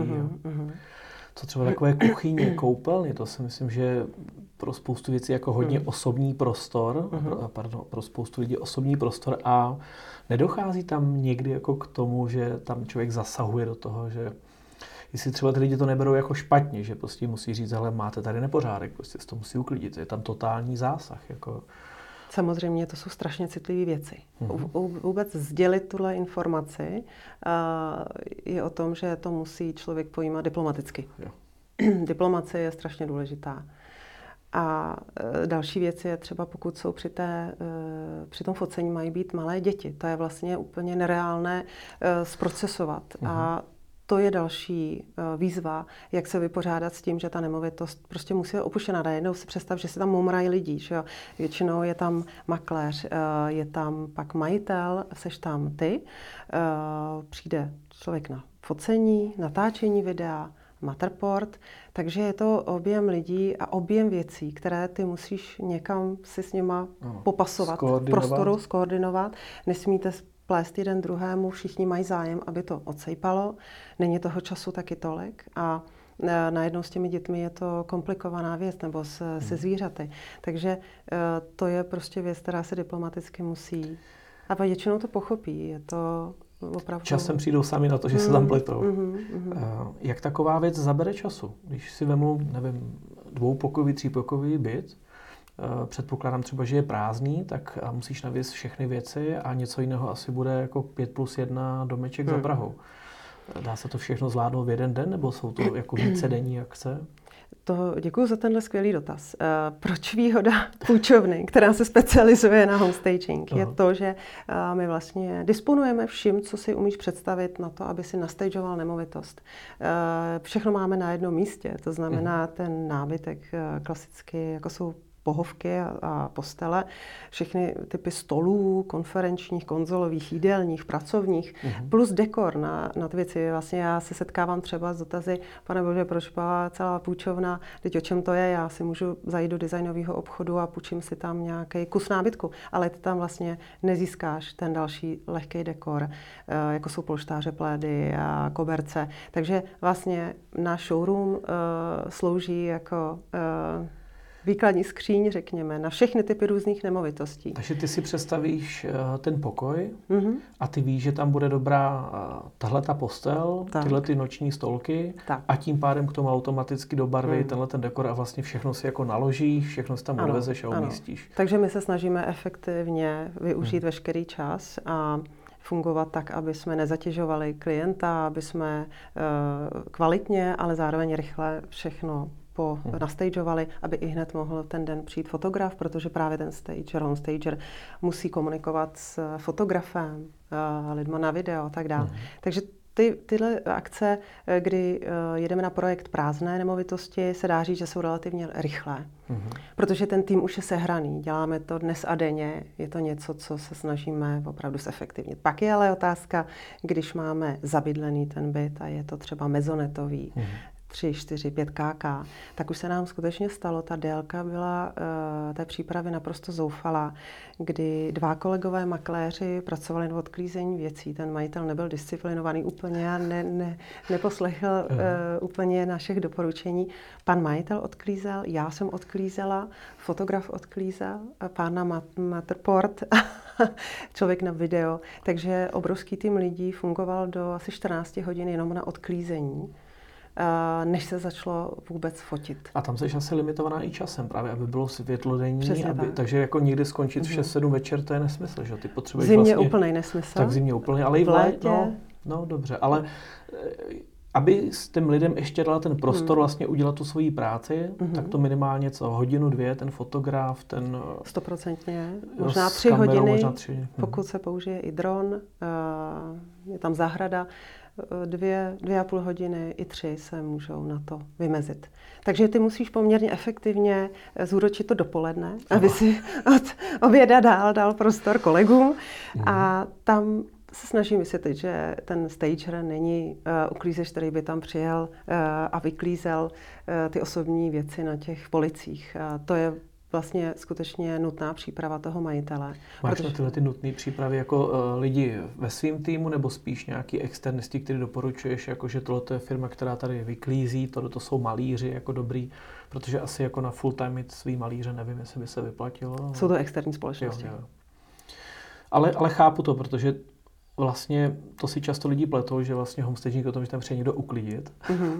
[SPEAKER 1] Co třeba takové kuchyně, koupelny, to si myslím, že pro spoustu věcí jako hodně osobní prostor, pro spoustu lidí osobní prostor a nedochází tam někdy jako k tomu, že tam člověk zasahuje do toho, že jestli třeba ty lidi to neberou jako špatně, že prostě musí říct, hele, máte tady nepořádek, prostě to musí uklidit, je tam totální zásah, jako.
[SPEAKER 2] Samozřejmě to jsou strašně citlivé věci. Vůbec sdělit tuhle informaci je o tom, že to musí člověk pojímat diplomaticky. Diplomacie je strašně důležitá. A další věc je třeba, pokud jsou při tom focení mají být malé děti. To je vlastně úplně nereálné zprocesovat. A to je další výzva, jak se vypořádat s tím, že ta nemovitost prostě musí být opuštěna. Najednou si představ, že se tam mumrají lidi. Že jo? Většinou je tam makléř, je tam pak majitel, seš tam ty. Přijde člověk na focení, natáčení videa, Matterport, takže je to objem lidí a objem věcí, které ty musíš někam si s nima popasovat v prostoru, skoordinovat. Nesmíte plést jeden druhému, všichni mají zájem, aby to odsejpalo. Není toho času taky tolik a najednou s těmi dětmi je to komplikovaná věc, nebo se zvířaty. Takže to je prostě věc, která se diplomaticky musí. A většinou to pochopí. Je to opravdu.
[SPEAKER 1] Časem přijdou sami na to, že se tam pletou. Jak taková věc zabere času? Když si vemu, nevím, 2pokojový, 3pokojový byt, předpokládám třeba, že je prázdný, tak musíš navíc všechny věci a něco jiného asi bude jako 5+1 domeček za Prahou. Dá se to všechno zvládnout v jeden den, nebo jsou to jako vícedenní akce?
[SPEAKER 2] Děkuji za tenhle skvělý dotaz. Proč výhoda půjčovny, která se specializuje na homestaging, je to, že my vlastně disponujeme vším, co si umíš představit na to, aby si nastageoval nemovitost. Všechno máme na jednom místě, to znamená ten nábytek klasicky, jako jsou pohovky a postele, všechny typy stolů, konferenčních, konzolových, jídelních, pracovních, plus dekor na ty věci. Vlastně já se setkávám třeba s dotazy, pane bože, proč byla celá půjčovna, teď o čem to je, já si můžu zajít do designového obchodu a půjčím si tam nějaký kus nábytku, ale ty tam vlastně nezískáš ten další lehký dekor, jako jsou polštáře, plédy a koberce. Takže vlastně náš showroom slouží jako výkladní skříň, řekněme, na všechny typy různých nemovitostí.
[SPEAKER 1] Takže ty si představíš ten pokoj a ty víš, že tam bude dobrá tahleta postel, tyhle ty noční stolky a tím pádem k tomu automaticky dobarví tenhle ten dekor a vlastně všechno si jako naložíš, všechno si tam odvezeš a umístíš.
[SPEAKER 2] Takže my se snažíme efektivně využít veškerý čas a fungovat tak, aby jsme nezatěžovali klienta, aby jsme kvalitně, ale zároveň rychle všechno nastageovali, aby i hned mohl ten den přijít fotograf, protože právě ten homestager musí komunikovat s fotografem, lidma na video a tak dále. Takže tyhle akce, kdy jedeme na projekt prázdné nemovitosti, se dá říct, že jsou relativně rychlé. Protože ten tým už je sehraný. Děláme to dnes a denně. Je to něco, co se snažíme opravdu zefektivnit. Pak je ale otázka, když máme zabydlený ten byt a je to třeba mezonetový, 3, 4, 5 kk, tak už se nám skutečně stalo, ta délka byla té přípravy naprosto zoufalá, kdy 2 kolegové makléři pracovali na odklízení věcí. Ten majitel nebyl disciplinovaný úplně a neposlechl úplně našich doporučení. Pan majitel odklízel, já jsem odklízela, fotograf odklízel, pán na Matterport, člověk na video. Takže obrovský tým lidí fungoval do asi 14 hodin jenom na odklízení, než se začalo vůbec fotit.
[SPEAKER 1] A tam jsi asi limitovaná i časem právě, aby bylo světlodenní,
[SPEAKER 2] tak.
[SPEAKER 1] Takže jako někdy skončit v 6-7 večer, to je nesmysl, že ty potřebuješ
[SPEAKER 2] zimně
[SPEAKER 1] vlastně...
[SPEAKER 2] úplnej nesmysl.
[SPEAKER 1] Tak zimně úplnej, ale i v létě. No dobře, ale aby s těm lidem ještě dala ten prostor vlastně udělat tu svoji práci, tak to minimálně hodinu, 2, ten fotograf, ten...
[SPEAKER 2] 100%, možná 3 hodiny,
[SPEAKER 1] možná 3.
[SPEAKER 2] Pokud se použije i dron, je tam zahrada, 2,5 hodiny i 3 se můžou na to vymezit. Takže ty musíš poměrně efektivně zúročit to dopoledne, aby si od oběda dal prostor kolegům. A tam se snažím vysvětlit, že ten stager není uklízeč, který by tam přijel a vyklízel ty osobní věci na těch policích. To je vlastně skutečně nutná příprava toho majitele.
[SPEAKER 1] Máš na tyhle ty nutné přípravy jako lidi ve svém týmu, nebo spíš nějaký externisti, který doporučuješ, jako že tohle je firma, která tady vyklízí, tohle jsou malíři jako dobrý, protože asi jako na full time mít svý malíře, nevím, jestli by se vyplatilo.
[SPEAKER 2] Jsou to externí společnosti.
[SPEAKER 1] Jo. Ale chápu to, protože vlastně to si často lidi pletou, že vlastně homestaging o tom, že tam přijde někdo uklidit.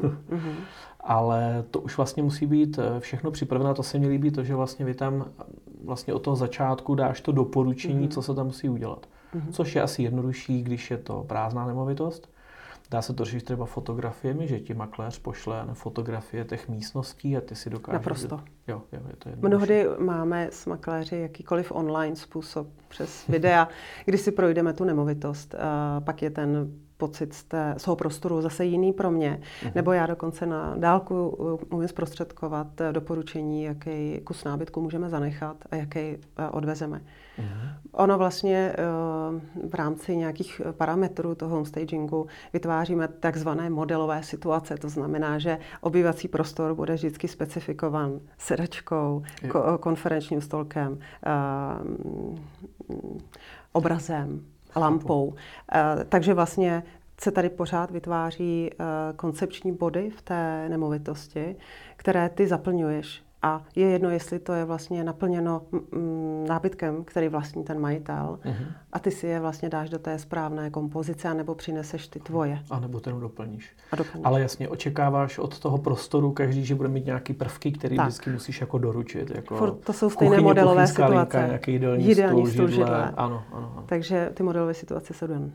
[SPEAKER 1] Ale to už vlastně musí být všechno připravené. To se mi líbí to, že vlastně vy tam vlastně od toho začátku dáš to doporučení, co se tam musí udělat. Což je asi jednodušší, když je to prázdná nemovitost. Dá se to řešit třeba fotografiemi, že ti makléř pošle fotografie těch místností a ty si dokážeš...
[SPEAKER 2] Naprosto.
[SPEAKER 1] Jo, je to jednodušší.
[SPEAKER 2] Mnohdy máme s makléři jakýkoliv online způsob přes videa, kdy si projdeme tu nemovitost. Pak je ten pocit z toho prostoru zase jiný pro mě. Nebo já dokonce na dálku umím zprostředkovat doporučení, jaký kus nábytku můžeme zanechat a jaký odvezeme. Ono vlastně v rámci nějakých parametrů toho homestagingu vytváříme takzvané modelové situace. To znamená, že obývací prostor bude vždycky specifikován sedačkou, konferenčním stolkem, obrazem, lampou. Takže vlastně se tady pořád vytváří koncepční body v té nemovitosti, které ty zaplňuješ. A je jedno, jestli to je vlastně naplněno nábytkem, který vlastní ten majitel, a ty si je vlastně dáš do té správné kompozice, anebo přineseš ty tvoje.
[SPEAKER 1] A nebo ten doplníš. Ale jasně, očekáváš od toho prostoru každý, že bude mít nějaký prvky, který vždycky musíš jako doručit. Jako
[SPEAKER 2] to jsou stejné modelové situace.
[SPEAKER 1] Nějaký jídelní stůl, židle. Ano.
[SPEAKER 2] Takže ty modelové situace jsou dané.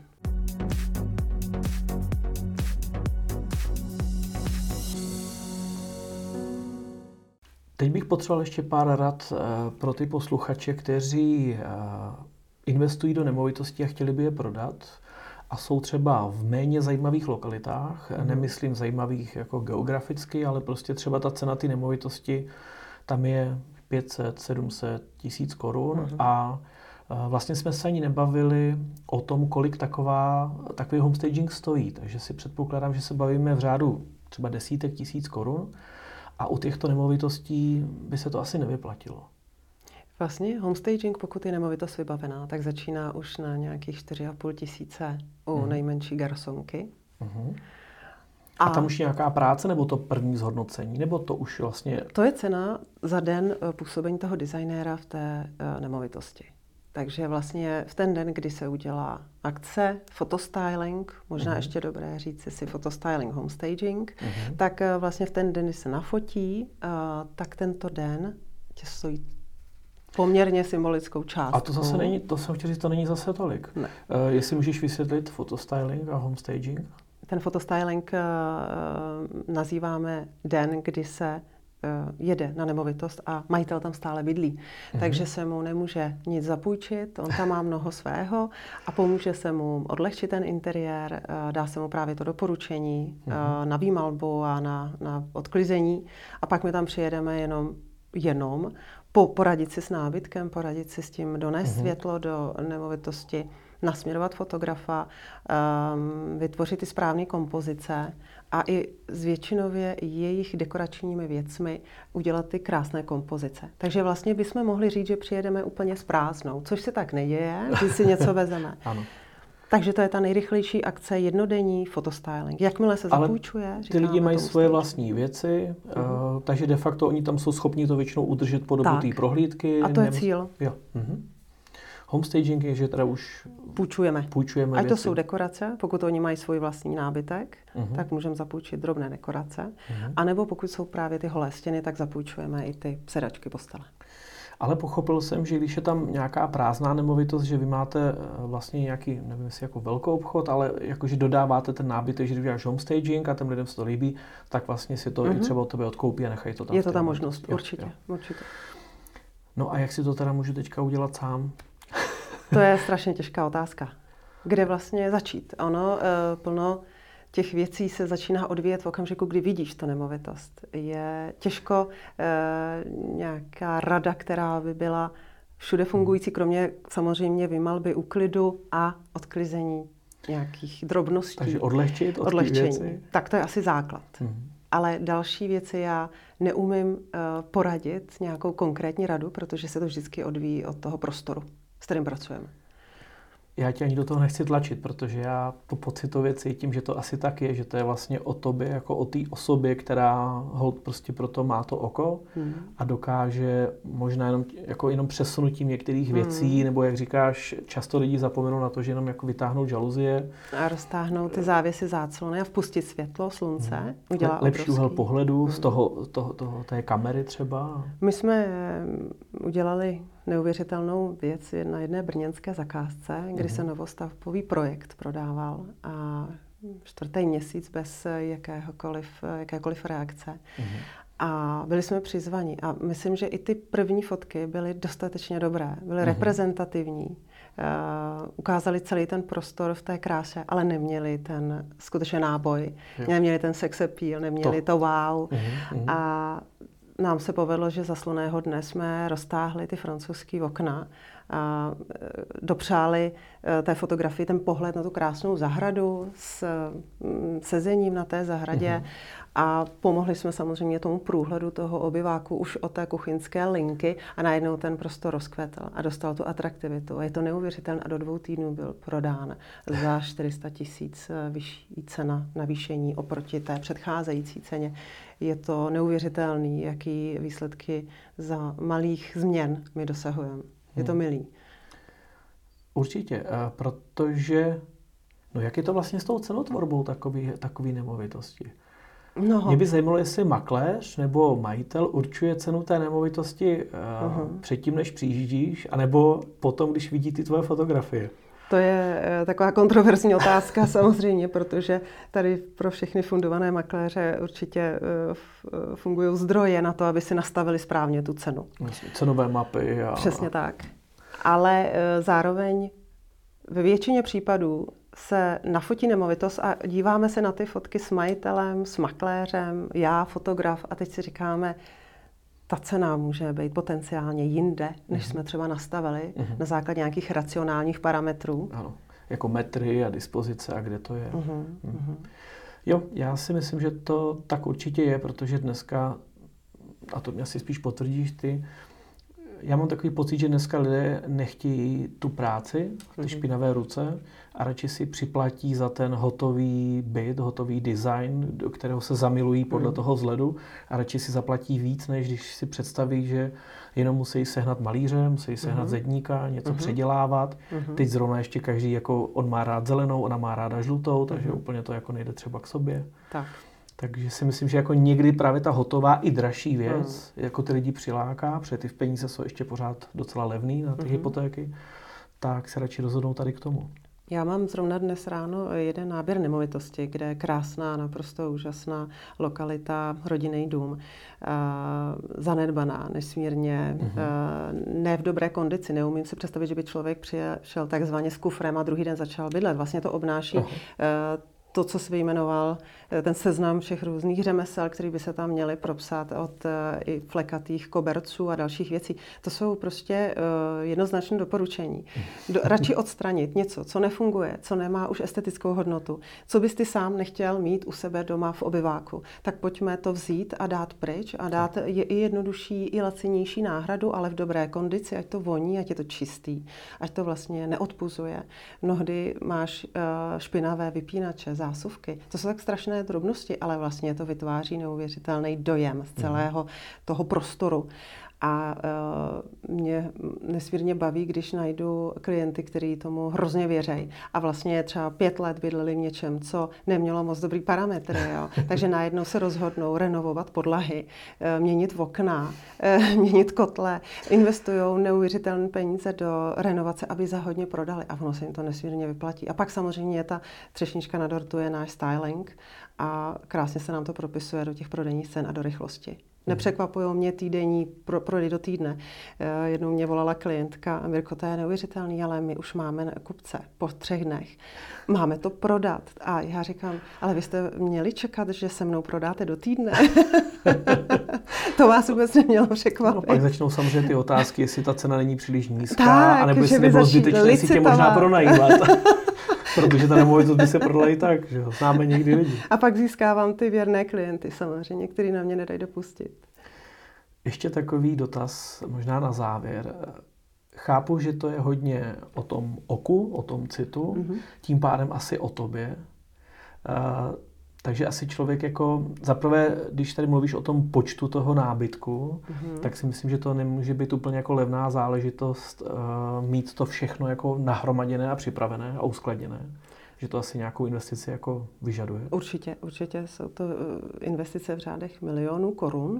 [SPEAKER 1] Teď bych potřeboval ještě pár rad pro ty posluchače, kteří investují do nemovitostí a chtěli by je prodat a jsou třeba v méně zajímavých lokalitách, nemyslím zajímavých jako geograficky, ale prostě třeba ta cena ty nemovitosti, tam je 500, 700 tisíc korun a vlastně jsme se ani nebavili o tom, kolik takový homestaging stojí, takže si předpokládám, že se bavíme v řádu třeba desítek tisíc korun. A u těchto nemovitostí by se to asi nevyplatilo.
[SPEAKER 2] Vlastně homestaging, pokud je nemovitost vybavená, tak začíná už na nějakých 4,5 tisíce u nejmenší garsonky.
[SPEAKER 1] A tam už nějaká práce, nebo to první zhodnocení, nebo to už vlastně...
[SPEAKER 2] To je cena za den působení toho designéra v té nemovitosti. Takže vlastně v ten den, kdy se udělá akce, fotostyling, možná ještě dobré říct si fotostyling, homestaging, tak vlastně v ten den, kdy se nafotí, tak tento den tě stojí poměrně symbolickou částku.
[SPEAKER 1] A to zase není, to jsem chtěl říct, to není zase tolik.
[SPEAKER 2] Ne.
[SPEAKER 1] Jestli můžeš vysvětlit fotostyling a homestaging?
[SPEAKER 2] Ten fotostyling nazýváme den, kdy se jede na nemovitost a majitel tam stále bydlí. Takže se mu nemůže nic zapůjčit, on tam má mnoho svého a pomůže se mu odlehčit ten interiér, dá se mu právě to doporučení na výmalbu a na odklizení a pak my tam přijedeme jenom poradit si s nábytkem, poradit si s tím, donést světlo do nemovitosti, nasměrovat fotografa, vytvořit ty správné kompozice a i s většinově jejich dekoračními věcmi udělat ty krásné kompozice. Takže vlastně bychom mohli říct, že přijedeme úplně s prázdnou, což se tak neděje, že si něco vezeme.
[SPEAKER 1] Ano.
[SPEAKER 2] Takže to je ta nejrychlejší akce, jednodenní fotostyling. Jakmile se zapůjčuje,
[SPEAKER 1] ty lidi mají svoje vlastní věci, takže de facto oni tam jsou schopni to většinou udržet po dobu té prohlídky.
[SPEAKER 2] A to je cíl.
[SPEAKER 1] Jo. Homestaging je, že teda už půjčujeme
[SPEAKER 2] Ať
[SPEAKER 1] věci.
[SPEAKER 2] to jsou dekorace, pokud oni mají svůj vlastní nábytek, tak můžeme zapůjčit drobné dekorace. A nebo pokud jsou právě ty holé stěny, tak zapůjčujeme i ty sedačky, postele.
[SPEAKER 1] Ale pochopil jsem, že když je tam nějaká prázdná nemovitost, že vy máte vlastně nějaký, nevím jestli jako velkou obchod, ale jakože dodáváte ten nábytek, že když děláš homestaging a těm lidem se to líbí, tak vlastně si to i třeba od tebe odkoupí a nechají to tam.
[SPEAKER 2] Je to ta možnost, určitě.
[SPEAKER 1] No a jak si to teda můžu teďka udělat sám?
[SPEAKER 2] To je strašně těžká otázka. Kde vlastně začít? Ono plno těch věcí se začíná odvíjet v okamžiku, kdy vidíš tu nemovitost. Je těžko nějaká rada, která by byla všude fungující, kromě samozřejmě výmalby, úklidu a odklizení nějakých drobností.
[SPEAKER 1] Takže odlehčit od
[SPEAKER 2] věci. Tak to je asi základ. Ale další věci já neumím poradit nějakou konkrétní radu, protože se to vždycky odvíjí od toho prostoru, s kterým pracujeme.
[SPEAKER 1] Já tě ani do toho nechci tlačit, protože já to pocitově cítím, že to asi tak je, že to je vlastně o tobě, jako o té osobě, která holt prostě proto má to oko a dokáže možná jenom přesunutím některých věcí, nebo jak říkáš, často lidi zapomenou na to, že jenom jako vytáhnout žaluzie.
[SPEAKER 2] A roztáhnout ty závěsy, záclony a vpustit světlo, slunce. Udělá
[SPEAKER 1] lepší úhel pohledu z té kamery třeba.
[SPEAKER 2] My jsme udělali neuvěřitelnou věc na jedné brněnské zakázce, kdy se novostavbový projekt prodával a 4. měsíc bez jakékoliv reakce. A byli jsme přizvaní a myslím, že i ty první fotky byly dostatečně dobré, byly reprezentativní, ukázali celý ten prostor v té kráse, ale neměli ten skutečně náboj, neměli ten sex appeal, neměli to wow. A nám se povedlo, že za slunného dne jsme roztáhli ty francouzský okna a dopřáli té fotografii ten pohled na tu krásnou zahradu s sezením na té zahradě a pomohli jsme samozřejmě tomu průhledu toho obyváku už od té kuchyňské linky a najednou ten prostor rozkvetl a dostal tu atraktivitu. A je to neuvěřitelné a do 2 týdnů byl prodán za 400 000 vyšší cena navýšení oproti té předcházející ceně. Je to neuvěřitelný, jaký výsledky za malých změn my dosahujeme. Je to milý.
[SPEAKER 1] Určitě, protože jak je to vlastně s tou cenotvorbou takový nemovitosti? Mě by zajímalo, jestli makléř nebo majitel určuje cenu té nemovitosti předtím, než přijíždíš, anebo potom, když vidí ty tvoje fotografie.
[SPEAKER 2] To je taková kontroverzní otázka samozřejmě, protože tady pro všechny fundované makléře určitě fungují zdroje na to, aby si nastavili správně tu cenu.
[SPEAKER 1] Cenové mapy.
[SPEAKER 2] Přesně tak. Ale zároveň ve většině případů se nafotí nemovitost a díváme se na ty fotky s majitelem, s makléřem, já, fotograf, a teď si říkáme, ta cena může být potenciálně jinde, než jsme třeba nastavili na základě nějakých racionálních parametrů.
[SPEAKER 1] Ano, jako metry a dispozice a kde to je. Jo, já si myslím, že to tak určitě je, protože dneska, a to mě asi spíš potvrdíš ty, já mám takový pocit, že dneska lidé nechtějí tu práci, ty špinavé ruce a radši si připlatí za ten hotový byt, hotový design, do kterého se zamilují podle toho vzhledu a radši si zaplatí víc, než když si představí, že jenom musí sehnat malíře, musí sehnat zedníka, něco předělávat. Teď zrovna ještě každý, jako on má rád zelenou, ona má ráda žlutou, takže úplně to jako nejde třeba k sobě.
[SPEAKER 2] Tak.
[SPEAKER 1] Takže si myslím, že jako někdy právě ta hotová i dražší věc, jako ty lidi přiláká, protože ty peníze jsou ještě pořád docela levný na ty hypotéky, tak se radši rozhodnou tady k tomu.
[SPEAKER 2] Já mám zrovna dnes ráno jeden náběr nemovitosti, kde je krásná, naprosto úžasná lokalita, rodinný dům, zanedbaná, nesmírně, ne v dobré kondici. Neumím si představit, že by člověk přišel takzvaně s kufrem a druhý den začal bydlet. Vlastně to obnáší to, co jsi vyjmenoval, ten seznam všech různých řemesel, který by se tam měly propsat od i flekatých koberců a dalších věcí. To jsou prostě jednoznačné doporučení. Radši odstranit něco, co nefunguje, co nemá už estetickou hodnotu, co bys ty sám nechtěl mít u sebe doma v obyváku. Tak pojďme to vzít a dát pryč a dát i jednodušší, i lacinější náhradu, ale v dobré kondici, ať to voní, ať je to čistý, ať to vlastně neodpuzuje. Mnohdy máš špinavé vypínače, zásuvky. To jsou tak strašné drobnosti, ale vlastně to vytváří neuvěřitelný dojem z celého toho prostoru. A mě nesmírně baví, když najdu klienty, kteří tomu hrozně věří. A vlastně třeba 5 let bydleli v něčem, co nemělo moc dobrý parametry. Jo. Takže najednou se rozhodnou renovovat podlahy, měnit okna, měnit kotle. Investují neuvěřitelné peníze do renovace, aby za hodně prodali. A ono se jim to nesmírně vyplatí. A pak samozřejmě ta třešnička na dortu je náš styling. A krásně se nám to propisuje do těch prodejních cen a do rychlosti. Nepřekvapují mě týdenní prodej do týdne. Jednou mě volala klientka a Mirko, to je neuvěřitelný, ale my už máme kupce po 3 dnech. Máme to prodat. A já říkám, ale vy jste měli čekat, že se mnou prodáte do týdne. To vás vůbec nemělo překvapit.
[SPEAKER 1] No, pak začnou samozřejmě ty otázky, jestli ta cena není příliš nízká, anebo jestli nebylo zbytečné si tě možná pronajímat. Protože ta nemovitost by se prodala i tak, že jo, známe někdy lidi.
[SPEAKER 2] A pak získávám ty věrné klienty samozřejmě, který na mě nedají dopustit.
[SPEAKER 1] Ještě takový dotaz, možná na závěr. Chápu, že to je hodně o tom oku, o tom citu, tím pádem asi o tobě. Takže asi člověk jako, zaprvé, když tady mluvíš o tom počtu toho nábytku, tak si myslím, že to nemůže být úplně jako levná záležitost mít to všechno jako nahromaděné a připravené a uskladněné. Že to asi nějakou investici jako vyžaduje.
[SPEAKER 2] Určitě jsou to investice v řádech milionů korun,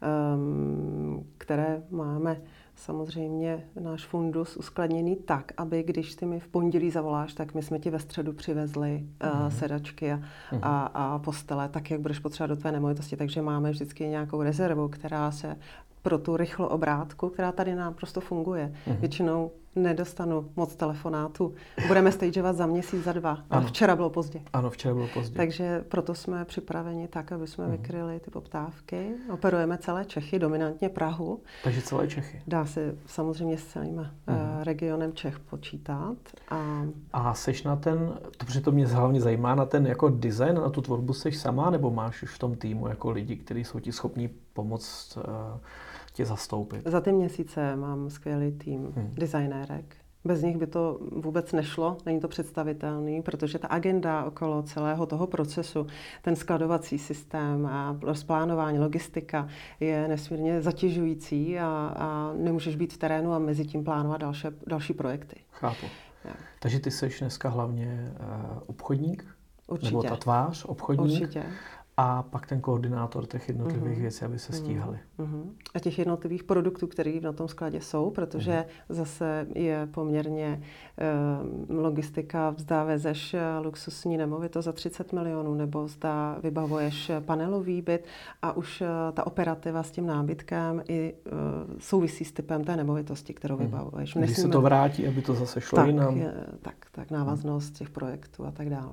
[SPEAKER 2] které máme samozřejmě náš fundus uskladněný tak, aby když ty mi v pondělí zavoláš, tak my jsme ti ve středu přivezli sedačky a postele, tak jak budeš potřebovat do tvé nemovitosti. Takže máme vždycky nějakou rezervu, která se pro tu rychlou obrátku, která tady nám prostě funguje. Většinou nedostanu moc telefonátů. Budeme stageovat za měsíc, za 2. Ale včera bylo pozdě.
[SPEAKER 1] Ano, včera bylo pozdě.
[SPEAKER 2] Takže proto jsme připraveni tak, aby jsme vykryli ty poptávky. Operujeme celé Čechy, dominantně Prahu.
[SPEAKER 1] Takže celé Čechy.
[SPEAKER 2] Dá se samozřejmě s celým regionem Čech počítat.
[SPEAKER 1] A seš na ten, protože to mě hlavně zajímá, na ten jako design, na tu tvorbu seš sama, nebo máš už v tom týmu jako lidi, kteří jsou ti schopní pomoct tě zastoupit?
[SPEAKER 2] Za ty měsíce mám skvělý tým designérek. Bez nich by to vůbec nešlo, není to představitelný, protože ta agenda okolo celého toho procesu, ten skladovací systém a rozplánování, logistika je nesmírně zatěžující a nemůžeš být v terénu a mezi tím plánovat další projekty.
[SPEAKER 1] Chápu. Ja. Takže ty seš dneska hlavně obchodník?
[SPEAKER 2] Určitě.
[SPEAKER 1] Nebo ta tvář, obchodník?
[SPEAKER 2] Určitě.
[SPEAKER 1] A pak ten koordinátor těch jednotlivých věcí, aby se stíhaly.
[SPEAKER 2] A těch jednotlivých produktů, které na tom skladě jsou, protože zase je poměrně logistika, zda vezeš luxusní nemovitost za 30 milionů, nebo zda vybavuješ panelový byt a už ta operativa s tím nábytkem i souvisí s typem té nemovitosti, kterou vybavuješ.
[SPEAKER 1] Když se to vrátí, aby to zase šlo jinam.
[SPEAKER 2] Tak návaznost těch projektů a tak dále.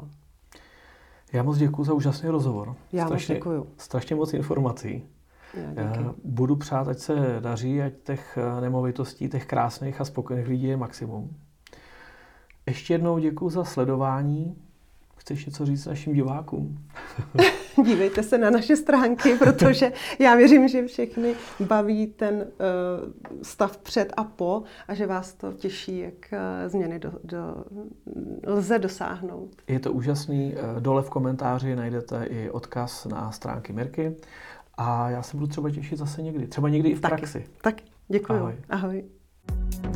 [SPEAKER 1] Já moc děkuji za úžasný rozhovor.
[SPEAKER 2] Já moc děkuju.
[SPEAKER 1] Strašně moc informací. Budu přát, ať se daří, ať těch nemovitostí, těch krásných a spokojených lidí je maximum. Ještě jednou děkuji za sledování. Chceš něco říct našim divákům?
[SPEAKER 2] Dívejte se na naše stránky, protože já věřím, že všechny baví ten stav před a po a že vás to těší, jak změny lze dosáhnout.
[SPEAKER 1] Je to úžasný. Dole v komentáři najdete i odkaz na stránky Mirky a já se budu třeba těšit zase někdy. Třeba někdy i v praxi.
[SPEAKER 2] Tak, děkuju.
[SPEAKER 1] Ahoj.
[SPEAKER 2] Ahoj.